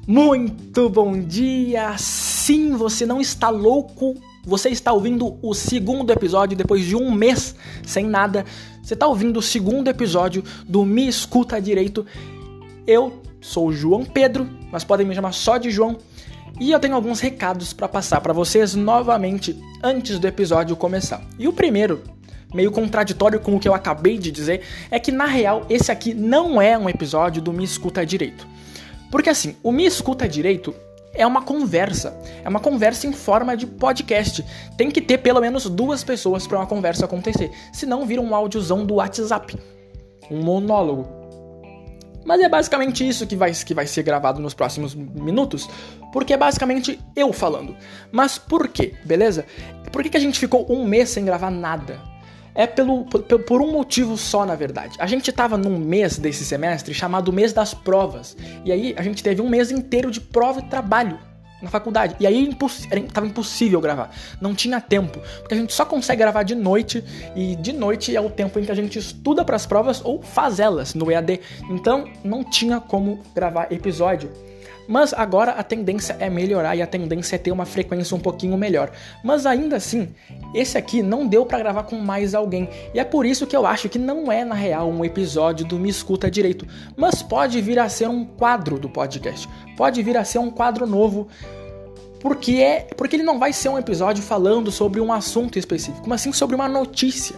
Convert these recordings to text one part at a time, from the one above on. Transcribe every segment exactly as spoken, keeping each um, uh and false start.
Muito bom dia! Sim, você não está louco, você está ouvindo o segundo episódio depois de um mês sem nada. Você está ouvindo o segundo episódio do Me Escuta Direito. Eu sou o João Pedro, mas podem me chamar só de João. E eu tenho alguns recados para passar para vocês novamente antes do episódio começar. E o primeiro, meio contraditório com o que eu acabei de dizer, é que na real esse aqui não é um episódio do Me Escuta Direito. Porque assim, o Me Escuta Direito é uma conversa, é uma conversa em forma de podcast. Tem que ter pelo menos duas pessoas para uma conversa acontecer, senão vira um áudiozão do WhatsApp, um monólogo. Mas é basicamente isso que vai, que vai ser gravado nos próximos minutos, porque é basicamente eu falando. Mas por quê, beleza? Por que, que a gente ficou um mês sem gravar nada? É pelo, por, por um motivo só, na verdade. A gente tava num mês desse semestre chamado mês das provas. E aí a gente teve um mês inteiro de prova e trabalho na faculdade. E aí imposs- tava impossível gravar. Não tinha tempo. Porque a gente só consegue gravar de noite. E de noite é o tempo em que a gente estuda pras provas ou faz elas no E A D. Então não tinha como gravar episódio. Mas agora a tendência é melhorar e a tendência é ter uma frequência um pouquinho melhor. Mas ainda assim, esse aqui não deu pra gravar com mais alguém. E é por isso que eu acho que não é, na real, um episódio do Me Escuta Direito. Mas pode vir a ser um quadro do podcast. Pode vir a ser um quadro novo. Porque, é, porque ele não vai ser um episódio falando sobre um assunto específico, mas sim sobre uma notícia.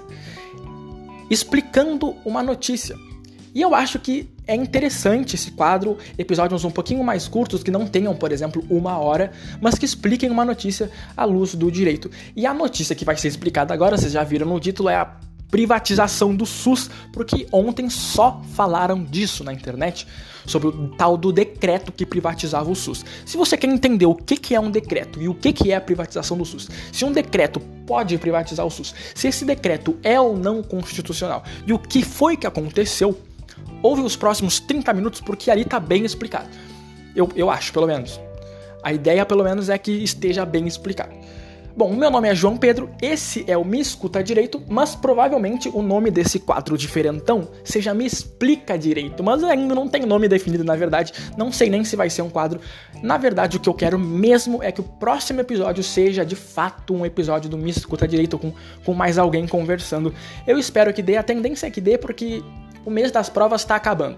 Explicando uma notícia. E eu acho que é interessante esse quadro, episódios um pouquinho mais curtos, que não tenham, por exemplo, uma hora, mas que expliquem uma notícia à luz do direito. E a notícia que vai ser explicada agora, vocês já viram no título, é a privatização do SUS, porque ontem só falaram disso na internet, sobre o tal do decreto que privatizava o SUS. Se você quer entender o que é um decreto e o que é a privatização do SUS, se um decreto pode privatizar o SUS, se esse decreto é ou não constitucional e o que foi que aconteceu, ouve os próximos trinta minutos, porque ali tá bem explicado. Eu, eu acho, pelo menos. A ideia, pelo menos, é que esteja bem explicado. Bom, o meu nome é João Pedro, esse é o Me Escuta Direito, mas provavelmente o nome desse quadro diferentão seja Me Explica Direito, mas ainda não tem nome definido, na verdade, não sei nem se vai ser um quadro. Na verdade, o que eu quero mesmo é que o próximo episódio seja, de fato, um episódio do Me Escuta Direito, com, com mais alguém conversando. Eu espero que dê, a tendência é que dê, porque o mês das provas tá acabando.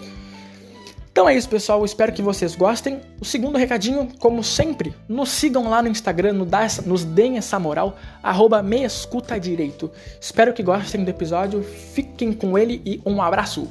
Então é isso, pessoal, eu espero que vocês gostem. O segundo recadinho, como sempre, nos sigam lá no Instagram, no dá essa, nos deem essa moral, arroba Me Escuta Direito. Espero que gostem do episódio, fiquem com ele e um abraço!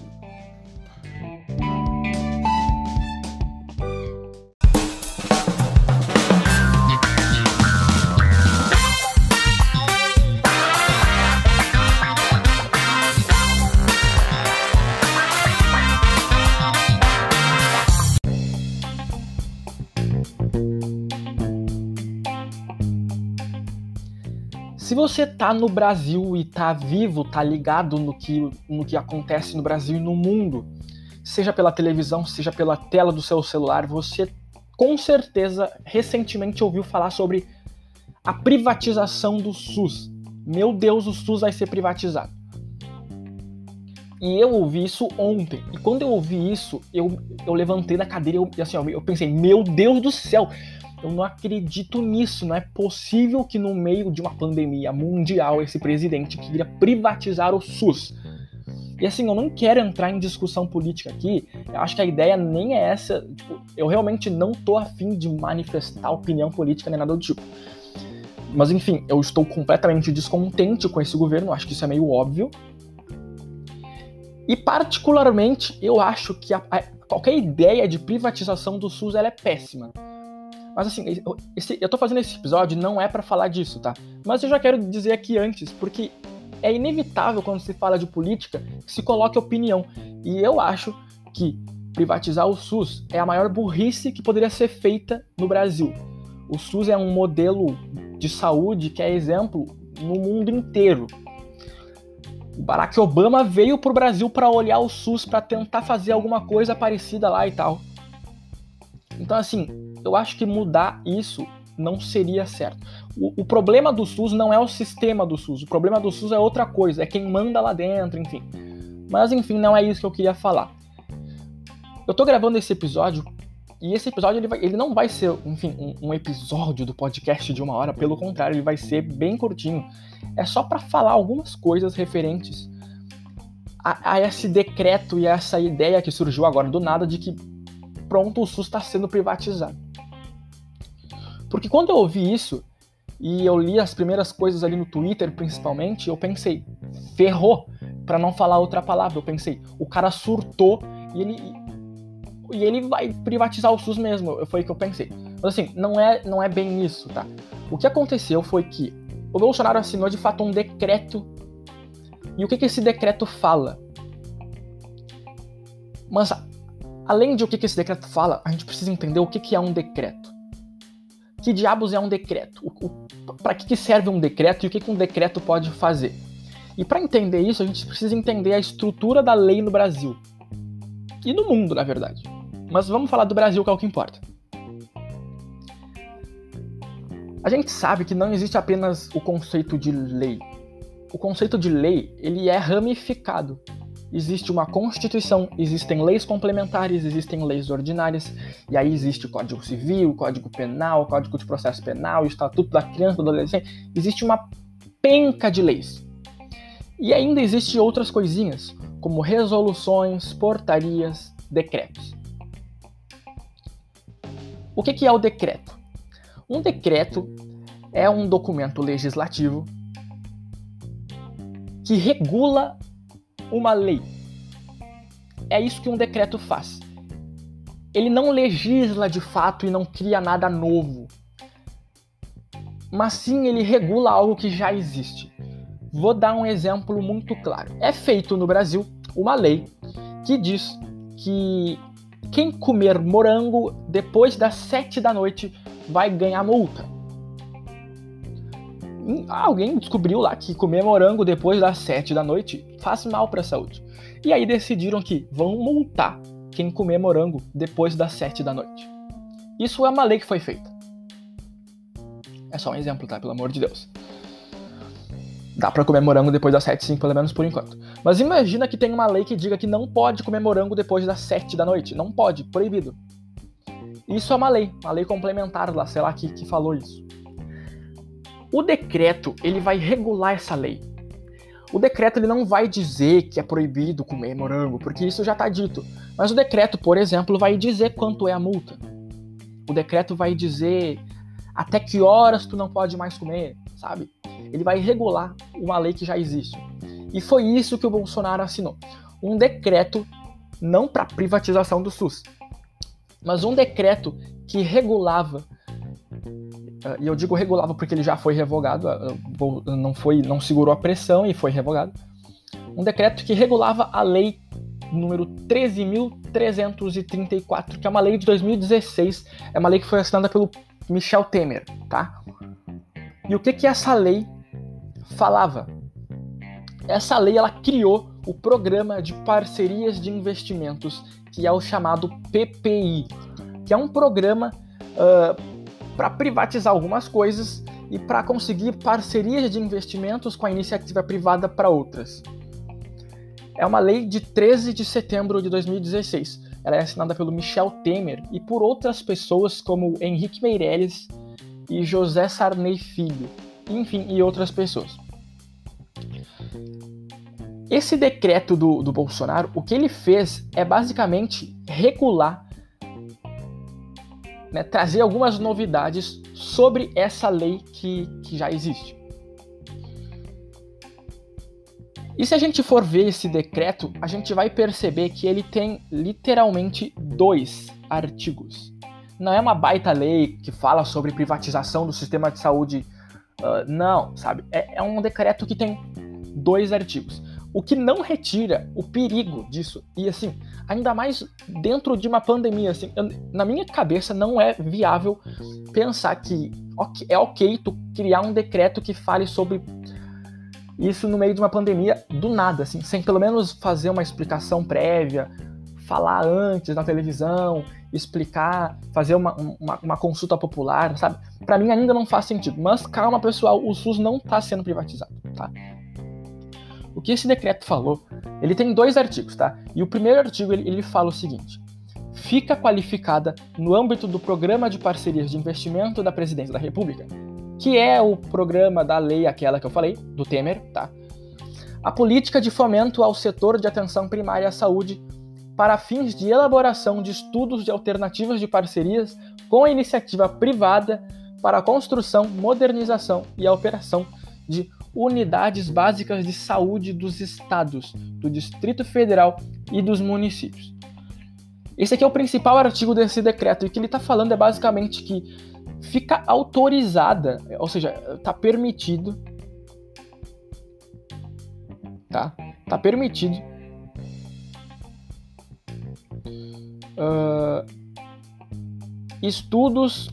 Se você tá no Brasil e tá vivo, tá ligado no que, no que acontece no Brasil e no mundo, seja pela televisão, seja pela tela do seu celular, você com certeza recentemente ouviu falar sobre a privatização do SUS. Meu Deus, o SUS vai ser privatizado. E eu ouvi isso ontem. E quando eu ouvi isso, eu, eu levantei da cadeira e eu, assim, eu pensei, meu Deus do céu! Eu não acredito nisso, não é possível que no meio de uma pandemia mundial esse presidente queira privatizar o SUS. E assim, eu não quero entrar em discussão política aqui, eu acho que a ideia nem é essa, tipo, eu realmente não tô afim de manifestar opinião política nem nada do tipo. Mas enfim, eu estou completamente descontente com esse governo, acho que isso é meio óbvio. E particularmente, eu acho que a, a, qualquer ideia de privatização do SUS ela é péssima. Mas assim, esse, eu tô fazendo esse episódio não é pra falar disso, tá? Mas eu já quero dizer aqui antes, porque é inevitável quando se fala de política que se coloque opinião. E eu acho que privatizar o SUS é a maior burrice que poderia ser feita no Brasil. O SUS é um modelo de saúde que é exemplo no mundo inteiro. O Barack Obama veio pro Brasil pra olhar o SUS, pra tentar fazer alguma coisa parecida lá e tal. Então assim, eu acho que mudar isso não seria certo. O, o problema do SUS não é o sistema do SUS, o problema do SUS é outra coisa, é quem manda lá dentro, enfim. Mas enfim, não é isso que eu queria falar. Eu tô gravando esse episódio E esse episódio ele, vai, ele não vai ser, enfim, um, um episódio do podcast de uma hora, pelo contrário, ele vai ser bem curtinho. É só para falar algumas coisas referentes a, a esse decreto e a essa ideia que surgiu agora do nada de que pronto, o SUS está sendo privatizado. Porque quando eu ouvi isso, e eu li as primeiras coisas ali no Twitter, principalmente, eu pensei, ferrou, para não falar outra palavra, eu pensei, o cara surtou e ele... E ele vai privatizar o SUS mesmo, foi o que eu pensei. Mas assim, não é, não é bem isso, tá? O que aconteceu foi que o Bolsonaro assinou de fato um decreto. E o que, que esse decreto fala? Mas, além de o que, que esse decreto fala, a gente precisa entender o que, que é um decreto. Que diabos é um decreto? O, o, para que, que serve um decreto e o que, que um decreto pode fazer? E para entender isso, a gente precisa entender a estrutura da lei no Brasil. E no mundo, na verdade. Mas vamos falar do Brasil, que é o que importa. A gente sabe que não existe apenas o conceito de lei. O conceito de lei, ele é ramificado. Existe uma Constituição, existem leis complementares, existem leis ordinárias, e aí existe o Código Civil, o Código Penal, o Código de Processo Penal, o Estatuto da Criança e do Adolescente. Existe uma penca de leis. E ainda existem outras coisinhas, como resoluções, portarias, decretos. O que é o decreto? Um decreto é um documento legislativo que regula uma lei. É isso que um decreto faz. Ele não legisla de fato e não cria nada novo, mas sim ele regula algo que já existe. Vou dar um exemplo muito claro. É feito no Brasil uma lei que diz que quem comer morango depois das sete da noite vai ganhar multa. Alguém descobriu lá que comer morango depois das sete da noite faz mal para a saúde. E aí decidiram que vão multar quem comer morango depois das sete da noite. Isso é uma lei que foi feita. É só um exemplo, tá? Pelo amor de Deus. Dá pra comer morango depois das sete, sim, pelo menos por enquanto. Mas imagina que tem uma lei que diga que não pode comer morango depois das sete da noite. Não pode, proibido. Isso é uma lei, uma lei complementar lá, sei lá, que, que falou isso. O decreto, ele vai regular essa lei. O decreto, ele não vai dizer que é proibido comer morango, porque isso já tá dito. Mas o decreto, por exemplo, vai dizer quanto é a multa. O decreto vai dizer até que horas tu não pode mais comer, sabe? Ele vai regular uma lei que já existe. E foi isso que o Bolsonaro assinou. Um decreto, não para privatização do SUS, mas um decreto que regulava, e eu digo regulava porque ele já foi revogado, não, foi, não segurou a pressão e foi revogado. Um decreto que regulava a lei número treze mil trezentos e trinta e quatro, que é uma lei de dois mil e dezesseis, é uma lei que foi assinada pelo Michel Temer, tá? E o que que essa lei falava? Essa lei, ela criou o Programa de Parcerias de Investimentos, que é o chamado P P I, que é um programa uh, para privatizar algumas coisas e para conseguir parcerias de investimentos com a iniciativa privada para outras. É uma lei de treze de setembro de dois mil e dezesseis. Ela é assinada pelo Michel Temer e por outras pessoas como Henrique Meirelles e José Sarney Filho, enfim, e outras pessoas. Esse decreto do, do Bolsonaro, o que ele fez é basicamente regular, né, trazer algumas novidades sobre essa lei que, que já existe. E se a gente for ver esse decreto, a gente vai perceber que ele tem literalmente dois artigos. Não é uma baita lei que fala sobre privatização do sistema de saúde, uh, não, sabe? É, é um decreto que tem dois artigos. O que não retira o perigo disso. E assim, ainda mais dentro de uma pandemia, assim, eu, na minha cabeça não é viável pensar que okay, é ok tu criar um decreto que fale sobre isso no meio de uma pandemia do nada, assim, sem pelo menos fazer uma explicação prévia, falar antes na televisão, explicar, fazer uma, uma, uma consulta popular, sabe? Pra mim ainda não faz sentido. Mas calma, pessoal, o SUS não tá sendo privatizado, tá? O que esse decreto falou, ele tem dois artigos, tá? E o primeiro artigo, ele, ele fala o seguinte, fica qualificada no âmbito do Programa de Parcerias de Investimento da Presidência da República, que é o programa da lei aquela que eu falei, do Temer, tá? A política de fomento ao setor de atenção primária à saúde para fins de elaboração de estudos de alternativas de parcerias com a iniciativa privada para a construção, modernização e a operação de unidades básicas de saúde dos estados, do Distrito Federal e dos municípios. Esse aqui é o principal artigo desse decreto, e o que ele está falando é basicamente que fica autorizada, ou seja, está permitido, tá? Está permitido uh, estudos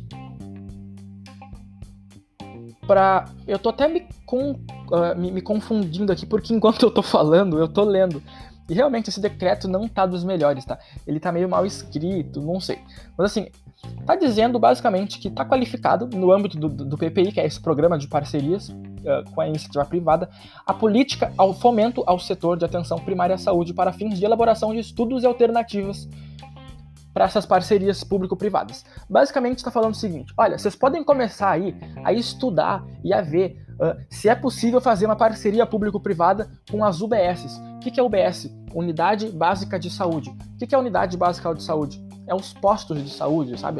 para... Eu tô até me, com, uh, me, me confundindo aqui, porque enquanto eu tô falando, eu tô lendo. E realmente esse decreto não tá dos melhores, tá? Ele tá meio mal escrito, não sei. Mas assim, tá dizendo basicamente que tá qualificado no âmbito do, do P P I, que é esse programa de parcerias uh, com a iniciativa privada, a política ao fomento ao setor de atenção primária à saúde para fins de elaboração de estudos e alternativas para essas parcerias público-privadas. Basicamente está falando o seguinte: olha, vocês podem começar aí a estudar e a ver uh, se é possível fazer uma parceria público-privada com as U B Ss. O que, que é U B S? Unidade Básica de Saúde. O que, que é Unidade Básica de Saúde? É os postos de saúde, sabe?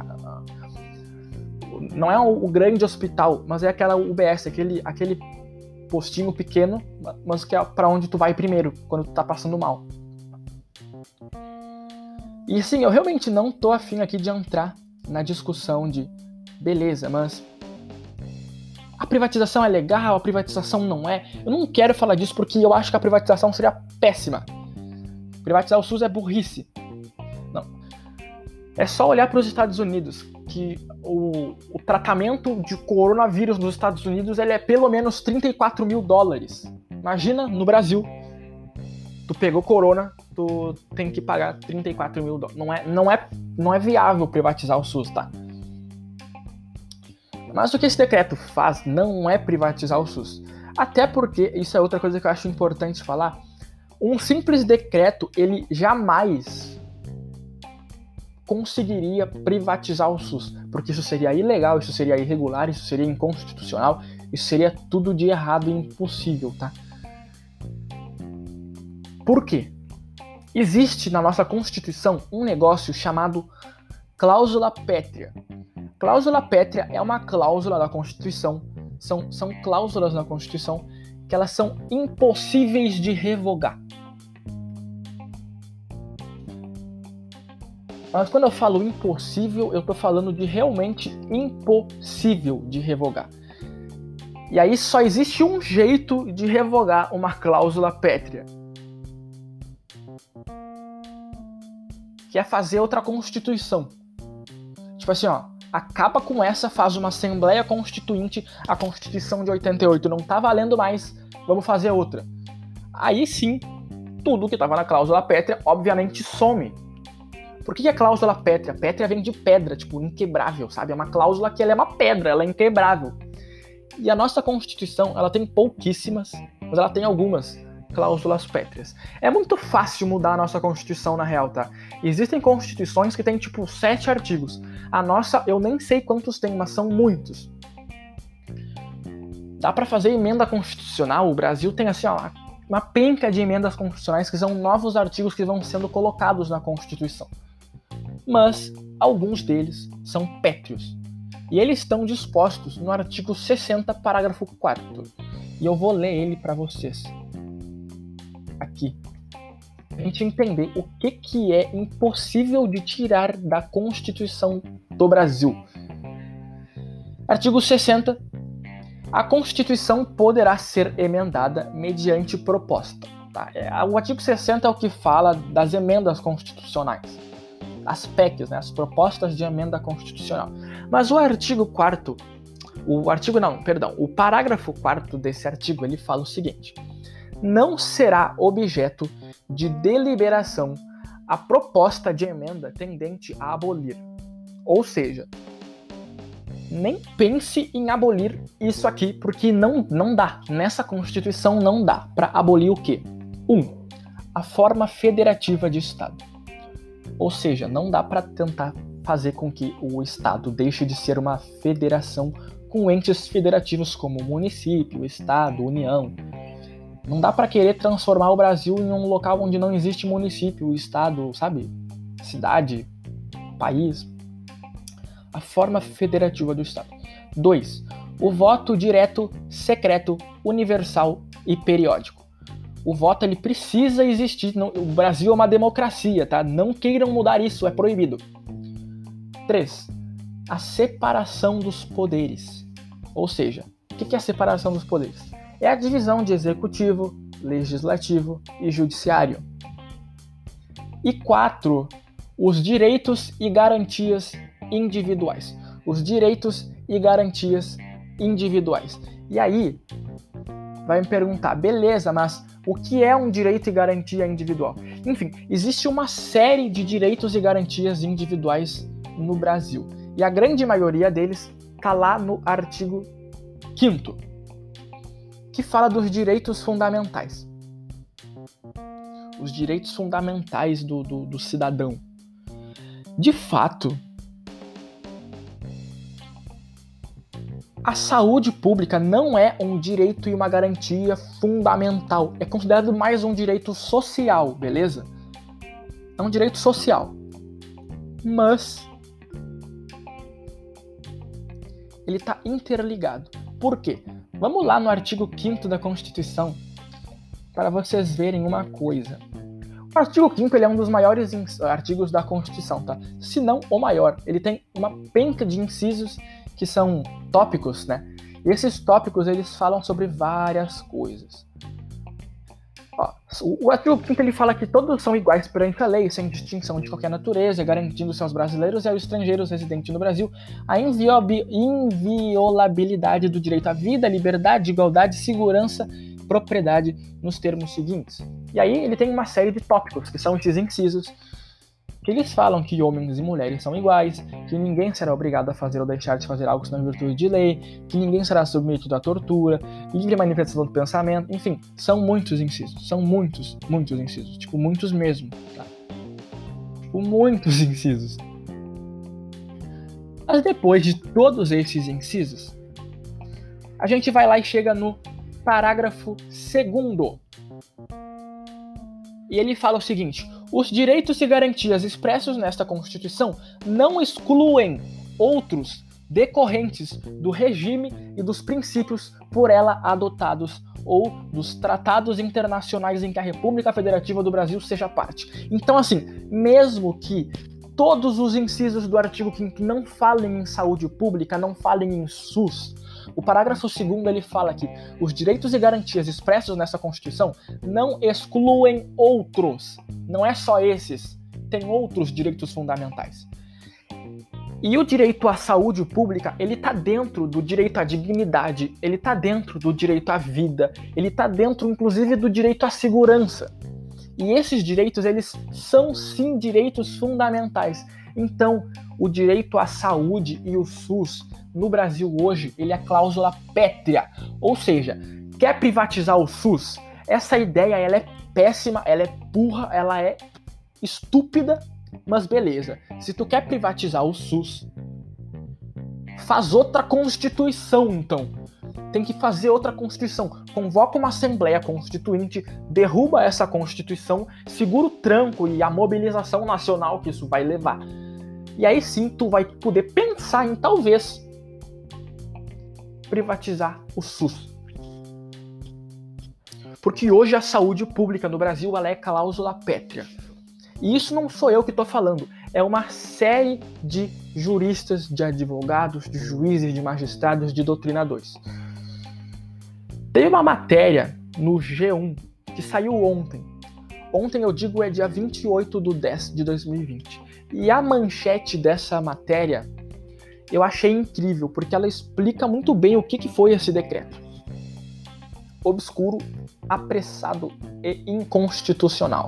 Não é o grande hospital, mas é aquela U B S, aquele, aquele postinho pequeno, mas que é para onde tu vai primeiro, quando tu tá passando mal. E sim, eu realmente não tô afim aqui de entrar na discussão de beleza, mas a privatização é legal, a privatização não é. Eu não quero falar disso porque eu acho que a privatização seria péssima. Privatizar o SUS é burrice. Não. É só olhar para os Estados Unidos, que o, o tratamento de coronavírus nos Estados Unidos ele é pelo menos trinta e quatro mil dólares. Imagina no Brasil. Tu pegou corona, tu tem que pagar trinta e quatro mil dólares. Não é, não, é, não é viável privatizar o SUS, tá? Mas o que esse decreto faz não é privatizar o SUS. Até porque, isso é outra coisa que eu acho importante falar, um simples decreto, ele jamais conseguiria privatizar o SUS. Porque isso seria ilegal, isso seria irregular, isso seria inconstitucional, isso seria tudo de errado e impossível, tá? Por quê? Existe na nossa Constituição um negócio chamado cláusula pétrea. Cláusula pétrea é uma cláusula da Constituição, são, são cláusulas na Constituição que elas são impossíveis de revogar. Mas quando eu falo impossível, eu estou falando de realmente impossível de revogar. E aí só existe um jeito de revogar uma cláusula pétrea, que é fazer outra Constituição. Tipo assim, ó, acaba com essa, faz uma Assembleia Constituinte, a Constituição de oitenta e oito não tá valendo mais, vamos fazer outra. Aí sim, tudo que tava na cláusula pétrea, obviamente, some. Por que é cláusula pétrea? Pétrea vem de pedra, tipo, inquebrável, sabe? É uma cláusula que ela é uma pedra, ela é inquebrável. E a nossa Constituição, ela tem pouquíssimas, mas ela tem algumas cláusulas pétreas. É muito fácil mudar a nossa Constituição, na real, tá? Existem constituições que tem, tipo, sete artigos. A nossa, eu nem sei quantos tem, mas são muitos. Dá pra fazer emenda constitucional. O Brasil tem, assim, ó, uma penca de emendas constitucionais que são novos artigos que vão sendo colocados na Constituição. Mas alguns deles são pétreos. E eles estão dispostos no artigo sessenta, parágrafo quarto. E eu vou ler ele pra vocês aqui, a gente entender o que, que é impossível de tirar da Constituição do Brasil. Artigo sessenta. A Constituição poderá ser emendada mediante proposta. Tá? O artigo sessenta é o que fala das emendas constitucionais. As P E Cs, né? As propostas de emenda constitucional. Mas o artigo quarto, o artigo não, perdão, o parágrafo quarto desse artigo, ele fala o seguinte: não será objeto de deliberação a proposta de emenda tendente a abolir. Ou seja, nem pense em abolir isso aqui, porque não, não dá. Nessa Constituição não dá para abolir o quê? Um, a forma federativa de Estado. Ou seja, não dá para tentar fazer com que o Estado deixe de ser uma federação com entes federativos como município, Estado, União. Não dá para querer transformar o Brasil em um local onde não existe município, Estado, sabe? Cidade, país. A forma federativa do Estado. dois. O voto direto, secreto, universal e periódico. O voto ele precisa existir. O Brasil é uma democracia, tá? Não queiram mudar isso, é proibido. três. A separação dos poderes. Ou seja, o que é a separação dos poderes? É a divisão de executivo, legislativo e judiciário. E quatro. Os direitos e garantias individuais. Os direitos e garantias individuais. E aí, vai me perguntar, beleza, mas o que é um direito e garantia individual? Enfim, existe uma série de direitos e garantias individuais no Brasil. E a grande maioria deles está lá no artigo quinto, que fala dos direitos fundamentais. Os direitos fundamentais do, do, do cidadão. De fato, a saúde pública não é um direito e uma garantia fundamental. É considerado mais um direito social, beleza? É um direito social. Mas ele está interligado. Por quê? Vamos lá no artigo quinto da Constituição para vocês verem uma coisa. O artigo quinto ele é um dos maiores artigos da Constituição, tá? Se não o maior. Ele tem uma penca de incisos que são tópicos, né? E esses tópicos, eles falam sobre várias coisas. Ó, o, o artigo quinto ele fala que todos são iguais perante a lei, sem distinção de qualquer natureza, garantindo-se aos brasileiros e aos estrangeiros residentes no Brasil a inviobi- inviolabilidade do direito à vida, liberdade, igualdade, segurança, propriedade, nos termos seguintes. E aí ele tem uma série de tópicos, que são esses incisos, que eles falam que homens e mulheres são iguais, que ninguém será obrigado a fazer ou deixar de fazer algo senão em virtude de lei, que ninguém será submetido à tortura, livre manifestação do pensamento, enfim, são muitos incisos, são muitos, muitos incisos, tipo, muitos mesmo, tá? Tipo, muitos incisos. Mas depois de todos esses incisos, a gente vai lá e chega no parágrafo segundo. E ele fala o seguinte: os direitos e garantias expressos nesta Constituição não excluem outros decorrentes do regime e dos princípios por ela adotados ou dos tratados internacionais em que a República Federativa do Brasil seja parte. Então, assim, mesmo que todos os incisos do artigo quinto não falem em saúde pública, não falem em SUS, o parágrafo segundo ele fala que os direitos e garantias expressos nessa Constituição não excluem outros. Não é só esses, tem outros direitos fundamentais. E o direito à saúde pública, ele está dentro do direito à dignidade, ele está dentro do direito à vida, ele está dentro, inclusive, do direito à segurança. E esses direitos, eles são, sim, direitos fundamentais. Então, o direito à saúde e o SUS no Brasil hoje, ele é cláusula pétrea. Ou seja, quer privatizar o SUS? Essa ideia, ela é péssima, ela é burra, ela é estúpida, mas beleza. Se tu quer privatizar o SUS, faz outra Constituição, então. Tem que fazer outra Constituição. Convoca uma Assembleia Constituinte, derruba essa Constituição, segura o tranco e a mobilização nacional que isso vai levar. E aí sim tu vai poder pensar em talvez privatizar o SUS. Porque hoje a saúde pública no Brasil ela é cláusula pétrea. E isso não sou eu que estou falando, é uma série de juristas, de advogados, de juízes, de magistrados, de doutrinadores. Tem uma matéria no G um que saiu ontem. Ontem eu digo é dia vinte e oito de dez de dois mil e vinte. E a manchete dessa matéria eu achei incrível, porque ela explica muito bem o que, que foi esse decreto. Obscuro, apressado e inconstitucional.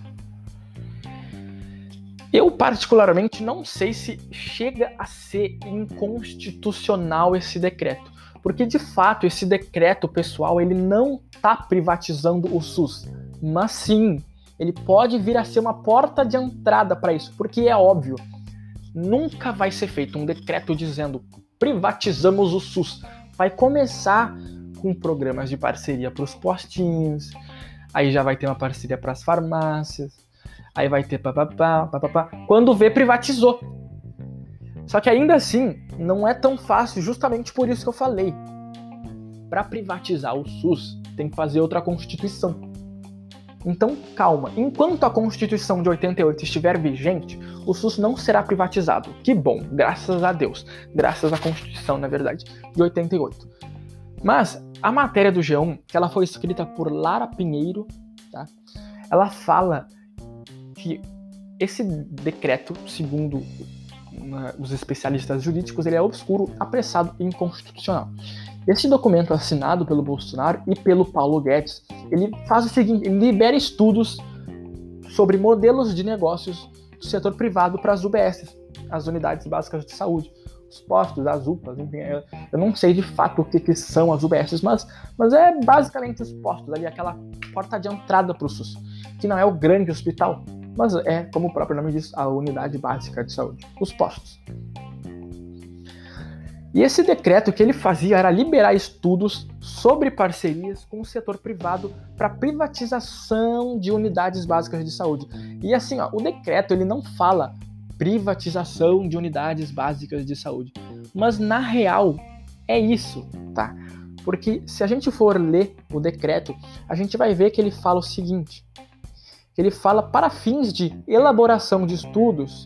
Eu, particularmente, não sei se chega a ser inconstitucional esse decreto. Porque, de fato, esse decreto, pessoal, ele não está privatizando o SUS. Mas sim, ele pode vir a ser uma porta de entrada para isso, porque é óbvio, nunca vai ser feito um decreto dizendo privatizamos o SUS. Vai começar com programas de parceria para os postinhos, aí já vai ter uma parceria para as farmácias, aí vai ter papapá, papapá. Quando vê, privatizou. Só que ainda assim, não é tão fácil, justamente por isso que eu falei. Para privatizar o SUS, tem que fazer outra Constituição. Então, calma. Enquanto a Constituição de oitenta e oito estiver vigente, o SUS não será privatizado. Que bom, graças a Deus. Graças à Constituição, na verdade, de oitenta e oito. Mas a matéria do G um, que ela foi escrita por Lara Pinheiro, tá? Ela fala que esse decreto, segundo uma, os especialistas jurídicos, ele é obscuro, apressado e inconstitucional. Esse documento assinado pelo Bolsonaro e pelo Paulo Guedes, ele faz o seguinte, ele libera estudos sobre modelos de negócios do setor privado para as U B Ss, as Unidades Básicas de Saúde, os postos, as U P As, enfim, eu, eu não sei de fato o que, que são as U B Ss, mas, mas é basicamente os postos ali, aquela porta de entrada para o SUS, que não é o grande hospital, mas é, como o próprio nome diz, a Unidade Básica de Saúde, os postos. E esse decreto, o que ele fazia era liberar estudos sobre parcerias com o setor privado para privatização de unidades básicas de saúde. E assim, ó, o decreto ele não fala privatização de unidades básicas de saúde, mas na real é isso, tá? Porque se a gente for ler o decreto, a gente vai ver que ele fala o seguinte, que ele fala para fins de elaboração de estudos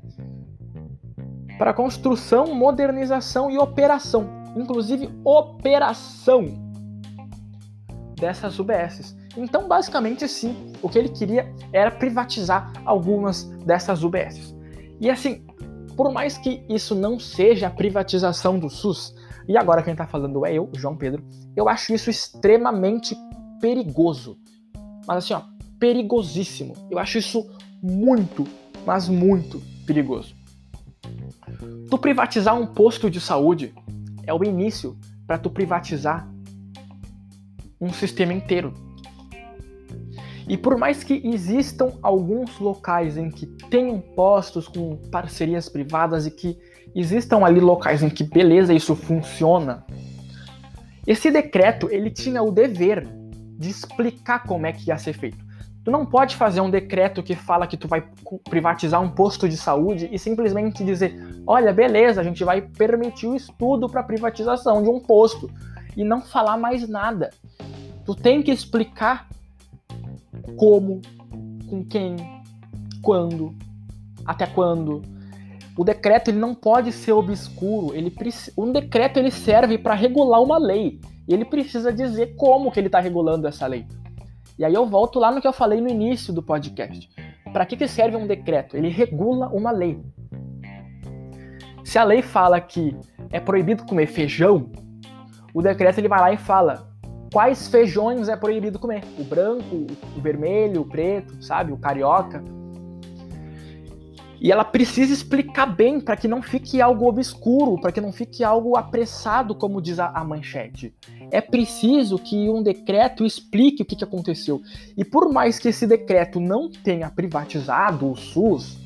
para construção, modernização e operação, inclusive operação dessas U B Ss. Então, basicamente, sim, o que ele queria era privatizar algumas dessas U B Ss. E assim, por mais que isso não seja a privatização do SUS, e agora quem está falando é eu, João Pedro, eu acho isso extremamente perigoso. Mas assim, ó, perigosíssimo. Eu acho isso muito, mas muito perigoso. Tu privatizar um posto de saúde é o início para tu privatizar um sistema inteiro. E por mais que existam alguns locais em que tenham postos com parcerias privadas e que existam ali locais em que, beleza, isso funciona, esse decreto ele tinha o dever de explicar como é que ia ser feito. Tu não pode fazer um decreto que fala que tu vai privatizar um posto de saúde e simplesmente dizer, olha, beleza, a gente vai permitir o estudo para privatização de um posto e não falar mais nada. Tu tem que explicar como, com quem, quando, até quando. O decreto ele não pode ser obscuro. Ele, um decreto ele serve para regular uma lei e ele precisa dizer como que ele está regulando essa lei. E aí eu volto lá no que eu falei no início do podcast. Para que, que serve um decreto? Ele regula uma lei. Se a lei fala que é proibido comer feijão, o decreto ele vai lá e fala quais feijões é proibido comer. O branco, o vermelho, o preto, sabe? O carioca. E ela precisa explicar bem para que não fique algo obscuro, para que não fique algo apressado, como diz a, a manchete. É preciso que um decreto explique o que, que aconteceu. E por mais que esse decreto não tenha privatizado o SUS,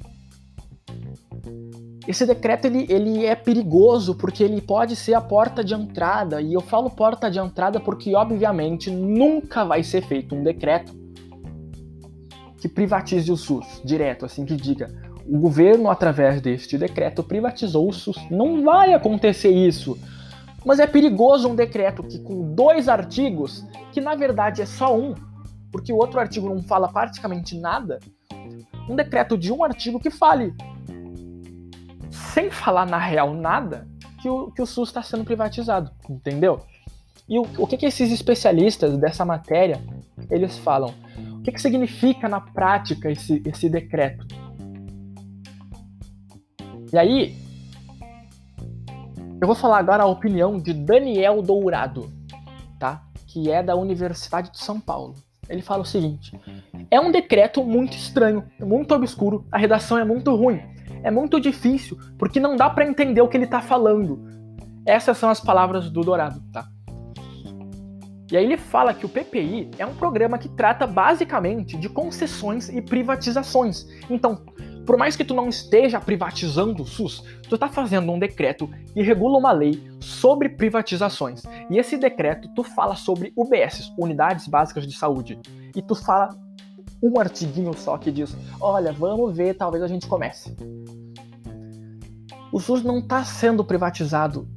esse decreto ele, ele é perigoso porque ele pode ser a porta de entrada. E eu falo porta de entrada porque, obviamente, nunca vai ser feito um decreto que privatize o SUS, direto, assim que diga, o governo, através deste decreto, privatizou o SUS. Não vai acontecer isso. Mas é perigoso um decreto que com dois artigos, que na verdade é só um, porque o outro artigo não fala praticamente nada, um decreto de um artigo que fale, sem falar na real nada, que o, que o SUS está sendo privatizado, entendeu? E o, o que, que esses especialistas dessa matéria, eles falam? O que, que significa na prática esse, esse decreto? E aí, eu vou falar agora a opinião de Daniel Dourado, tá? Que é da Universidade de São Paulo. Ele fala o seguinte, é um decreto muito estranho, muito obscuro, a redação é muito ruim, é muito difícil, porque não dá para entender o que ele está falando. Essas são as palavras do Dourado, tá? E aí ele fala que o P P I é um programa que trata basicamente de concessões e privatizações. Então, por mais que tu não esteja privatizando o SUS, tu está fazendo um decreto que regula uma lei sobre privatizações. E esse decreto, tu fala sobre U B S, Unidades Básicas de Saúde. E tu fala um artiguinho só que diz, olha, vamos ver, talvez a gente comece. O SUS não está sendo privatizado.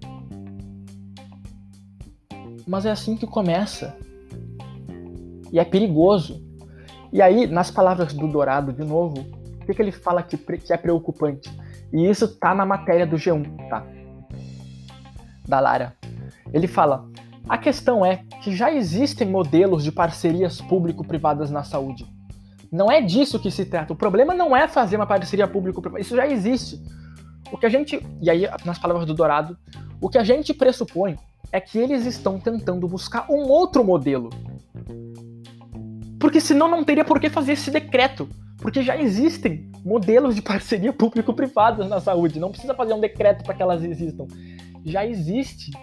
Mas é assim que começa. E é perigoso. E aí, nas palavras do Dourado, de novo, o que, que ele fala que, que é preocupante? E isso tá na matéria do G um, tá? Da Lara. Ele fala, a questão é que já existem modelos de parcerias público-privadas na saúde. Não é disso que se trata. O problema não é fazer uma parceria público-privada. Isso já existe. O que a gente... E aí, nas palavras do Dourado, o que a gente pressupõe é que eles estão tentando buscar um outro modelo. Porque senão não teria por que fazer esse decreto. Porque já existem modelos de parceria público-privada na saúde. Não precisa fazer um decreto para que elas existam. Já existe.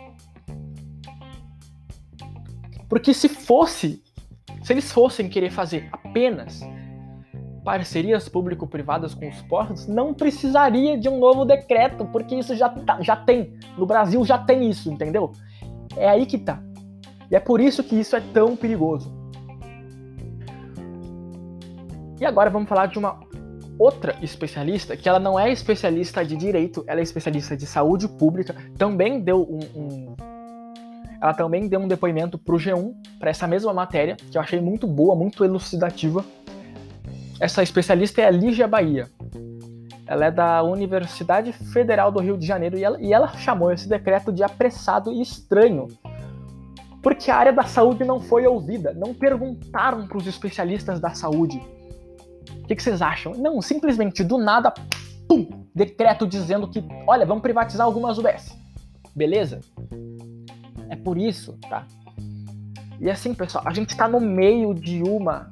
Porque se fosse, se eles fossem querer fazer apenas parcerias público-privadas com os postos, não precisaria de um novo decreto, porque isso já, tá, já tem. No Brasil já tem isso, entendeu? É aí que tá. E é por isso que isso é tão perigoso. E agora vamos falar de uma outra especialista, que ela não é especialista de direito, ela é especialista de saúde pública, também deu um... um... Ela também deu um depoimento pro G um, para essa mesma matéria, que eu achei muito boa, muito elucidativa. Essa especialista é a Lígia Bahia. Ela é da Universidade Federal do Rio de Janeiro e ela, e ela chamou esse decreto de apressado e estranho. Porque a área da saúde não foi ouvida, não perguntaram para os especialistas da saúde. O que, que vocês acham? Não, simplesmente do nada, pum, decreto dizendo que, olha, vamos privatizar algumas U B S. Beleza? É por isso, tá? E assim, pessoal, a gente tá no meio de uma...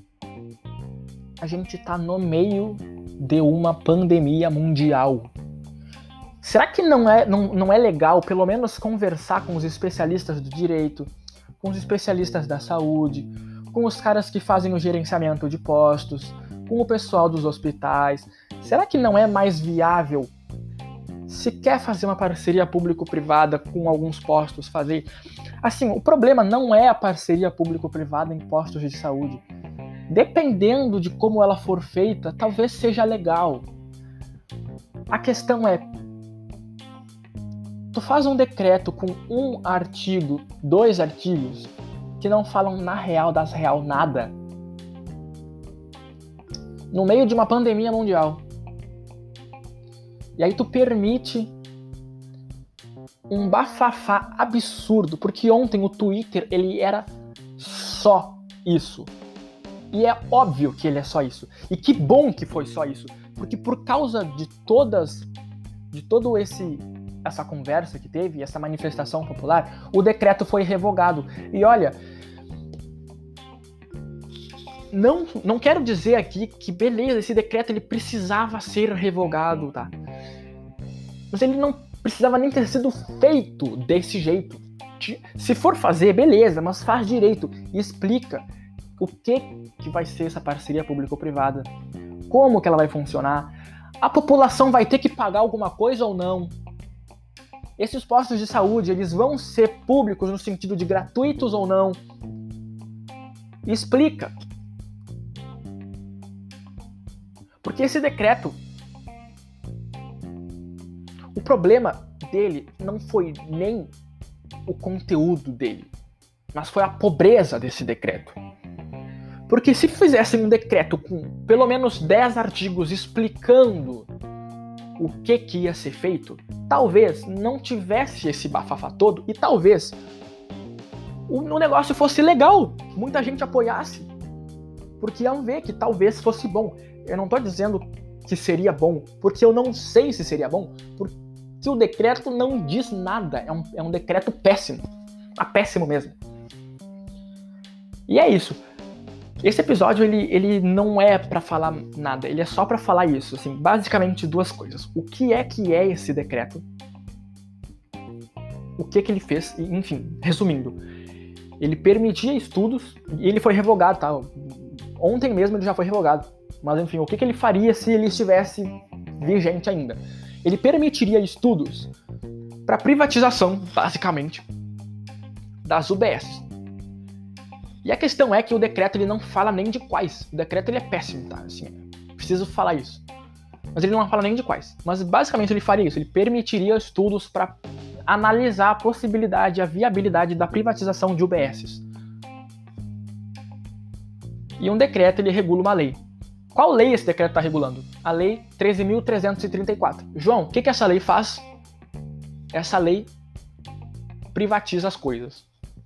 A gente tá no meio de uma pandemia mundial. Será que não é, não, não é legal, pelo menos, conversar com os especialistas do direito, com os especialistas da saúde, com os caras que fazem o gerenciamento de postos, com o pessoal dos hospitais? Será que não é mais viável, se quer fazer uma parceria público-privada com alguns postos, fazer... Assim, o problema não é a parceria público-privada em postos de saúde. Dependendo de como ela for feita, talvez seja legal. A questão é, tu faz um decreto com um artigo, dois artigos, que não falam na real das real nada, no meio de uma pandemia mundial. E aí tu permite um bafafá absurdo, porque ontem o Twitter, ele era só isso. E é óbvio que ele é só isso. E que bom que foi só isso. Porque por causa de todas, de todo esse essa conversa que teve, essa manifestação popular, o decreto foi revogado. E olha, não, não quero dizer aqui que, beleza, esse decreto ele precisava ser revogado, tá? Mas ele não precisava nem ter sido feito desse jeito. Se for fazer, beleza, mas faz direito e explica o que, que vai ser essa parceria público-privada, como que ela vai funcionar, a população vai ter que pagar alguma coisa ou não, esses postos de saúde, eles vão ser públicos no sentido de gratuitos ou não, e explica. Porque esse decreto, o problema dele não foi nem o conteúdo dele, mas foi a pobreza desse decreto. Porque se fizessem um decreto com pelo menos dez artigos explicando o que, que ia ser feito, talvez não tivesse esse bafafá todo e talvez o, o negócio fosse legal, muita gente apoiasse, porque iam ver que talvez fosse bom. Eu não estou dizendo que seria bom, porque eu não sei se seria bom, porque o decreto não diz nada, é um, é um decreto péssimo, é péssimo mesmo. E é isso. Esse episódio, ele, ele não é pra falar nada, ele é só pra falar isso, assim, basicamente duas coisas. O que é que é esse decreto? O que que ele fez? E, enfim, resumindo. ele permitia estudos, e ele foi revogado, tá? Ontem mesmo ele já foi revogado. Mas enfim, o que, que ele faria se ele estivesse vigente ainda? Ele permitiria estudos para privatização, basicamente, das U B S. E a questão é que o decreto ele não fala nem de quais. O decreto ele é péssimo, tá? Assim, preciso falar isso. Mas ele não fala nem de quais. Mas basicamente ele faria isso. Ele permitiria estudos para analisar a possibilidade, a viabilidade da privatização de U B S. E um decreto ele regula uma lei. Qual lei esse decreto está regulando? A Lei treze mil trezentos e trinta e quatro. João, o que, que essa lei faz? Essa lei privatiza as coisas.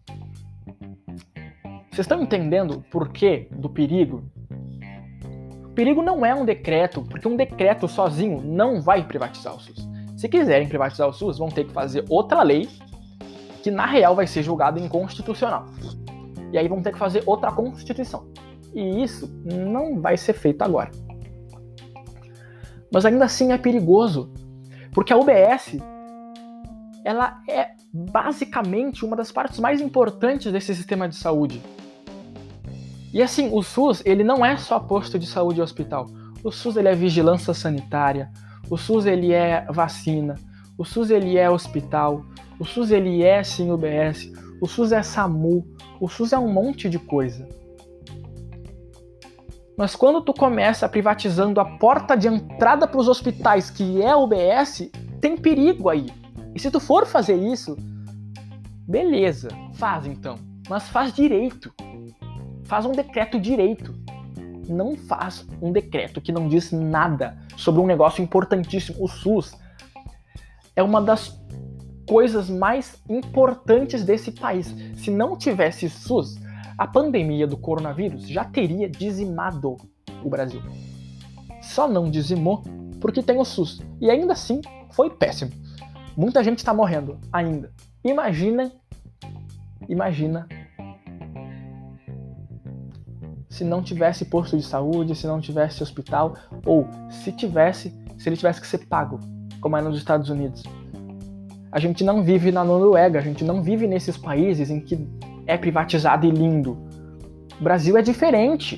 Vocês estão entendendo o porquê do perigo? O perigo não é um decreto, porque um decreto sozinho não vai privatizar o SUS. Se quiserem privatizar o SUS, vão ter que fazer outra lei que na real vai ser julgada inconstitucional. E aí vão ter que fazer outra Constituição. E isso não vai ser feito agora. Mas ainda assim é perigoso, porque a U B S ela é basicamente uma das partes mais importantes desse sistema de saúde. E assim, o SUS ele não é só posto de saúde e hospital. O SUS ele é vigilância sanitária, o SUS ele é vacina, o SUS ele é hospital, o SUS ele é sim U B S, o SUS é SAMU, o SUS é um monte de coisa. Mas quando tu começa privatizando a porta de entrada para os hospitais, que é a U B S, tem perigo aí. E se tu for fazer isso, beleza, faz então. Mas faz direito. Faz um decreto direito. Não faz um decreto que não diz nada sobre um negócio importantíssimo. O SUS é uma das coisas mais importantes desse país. Se não tivesse SUS, a pandemia do coronavírus já teria dizimado o Brasil. Só não dizimou porque tem o SUS. E ainda assim, foi péssimo. Muita gente está morrendo ainda. Imagina, imagina se não tivesse posto de saúde, se não tivesse hospital, ou se tivesse, se ele tivesse que ser pago, como é nos Estados Unidos. A gente não vive na Noruega, a gente não vive nesses países em que é privatizado e lindo. O Brasil é diferente.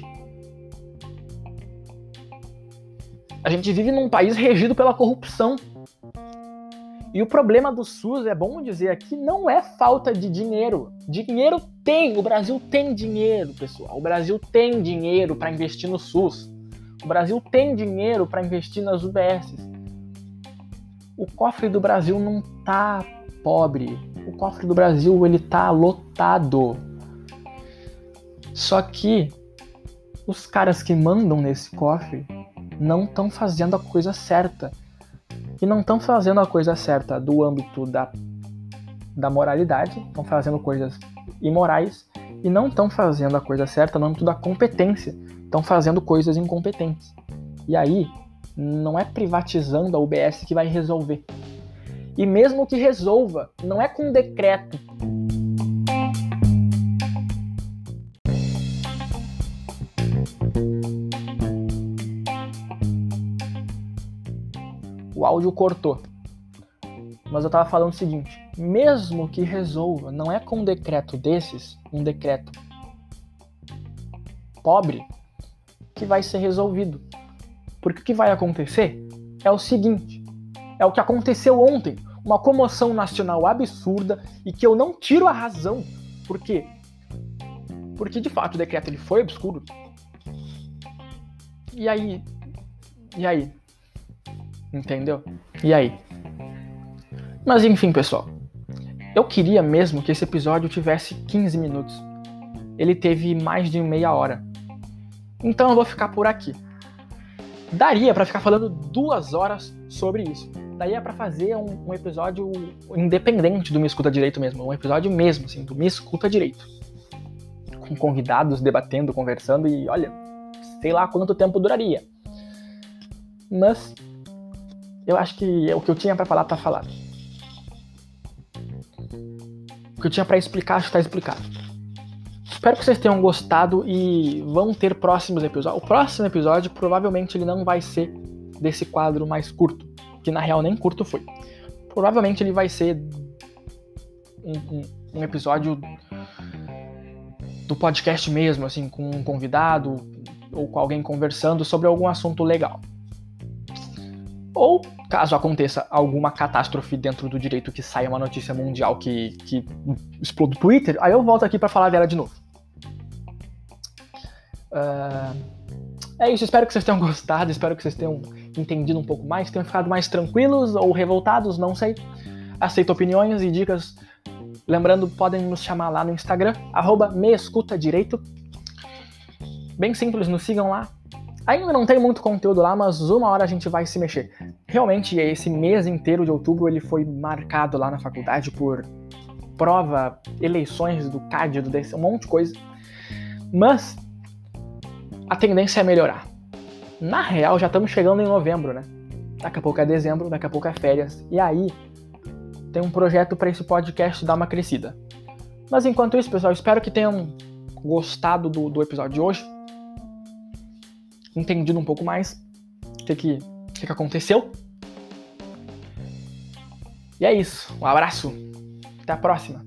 A gente vive num país regido pela corrupção. E o problema do SUS, é bom dizer aqui, não é falta de dinheiro. Dinheiro tem, o Brasil tem dinheiro, pessoal. O Brasil tem dinheiro para investir no SUS. O Brasil tem dinheiro para investir nas U B S. O cofre do Brasil não tá pobre. O cofre do Brasil ele tá lotado. Só que os caras que mandam nesse cofre não estão fazendo a coisa certa. E não estão fazendo a coisa certa do âmbito da, da moralidade, estão fazendo coisas imorais, e não estão fazendo a coisa certa no âmbito da competência, estão fazendo coisas incompetentes. E aí, não é privatizando a U B S que vai resolver. E mesmo que resolva, não é com decreto. O áudio cortou. Mas eu tava falando o seguinte, mesmo que resolva, não é com um decreto desses, um decreto pobre, que vai ser resolvido. Porque o que vai acontecer é o seguinte, é o que aconteceu ontem, uma comoção nacional absurda e que eu não tiro a razão. Por quê? Porque de fato o decreto ele foi obscuro. E aí? E aí? Entendeu? E aí? Mas enfim, pessoal. Eu queria mesmo que esse episódio tivesse quinze minutos. Ele teve mais de meia hora. Então eu vou ficar por aqui. Daria pra ficar falando duas horas sobre isso. Daria pra fazer um, um episódio independente do Me Escuta Direito mesmo. Um episódio mesmo, assim, do Me Escuta Direito. Com convidados debatendo, conversando e olha, sei lá quanto tempo duraria. Mas eu acho que o que eu tinha pra falar tá falado. O que eu tinha pra explicar, acho que tá explicado. Espero que vocês tenham gostado e vão ter próximos episódios. O próximo episódio, provavelmente, ele não vai ser desse quadro mais curto, que na real nem curto foi. Provavelmente ele vai ser um, um, um episódio do podcast mesmo, assim, com um convidado ou com alguém conversando sobre algum assunto legal. Ou, caso aconteça alguma catástrofe dentro do direito, que saia uma notícia mundial que, que exploda o Twitter, aí eu volto aqui pra falar dela de novo. Uh, é isso, espero que vocês tenham gostado, espero que vocês tenham entendido um pouco mais, tenham ficado mais tranquilos ou revoltados, não sei. Aceito opiniões e dicas. Lembrando, podem nos chamar lá no Instagram, arroba meescutadireito. Bem simples, nos sigam lá. Ainda não tem muito conteúdo lá, mas uma hora a gente vai se mexer. Realmente, esse mês inteiro de outubro ele foi marcado lá na faculdade por prova, eleições do C A D, do D C, um monte de coisa. Mas a tendência é melhorar. Na real, já estamos chegando em novembro, né? Daqui a pouco é dezembro, daqui a pouco é férias. E aí, tem um projeto para esse podcast dar uma crescida. Mas enquanto isso, pessoal, espero que tenham gostado do, do episódio de hoje. Entendido um pouco mais o que, que, que, que aconteceu. E é isso. Um abraço. Até a próxima.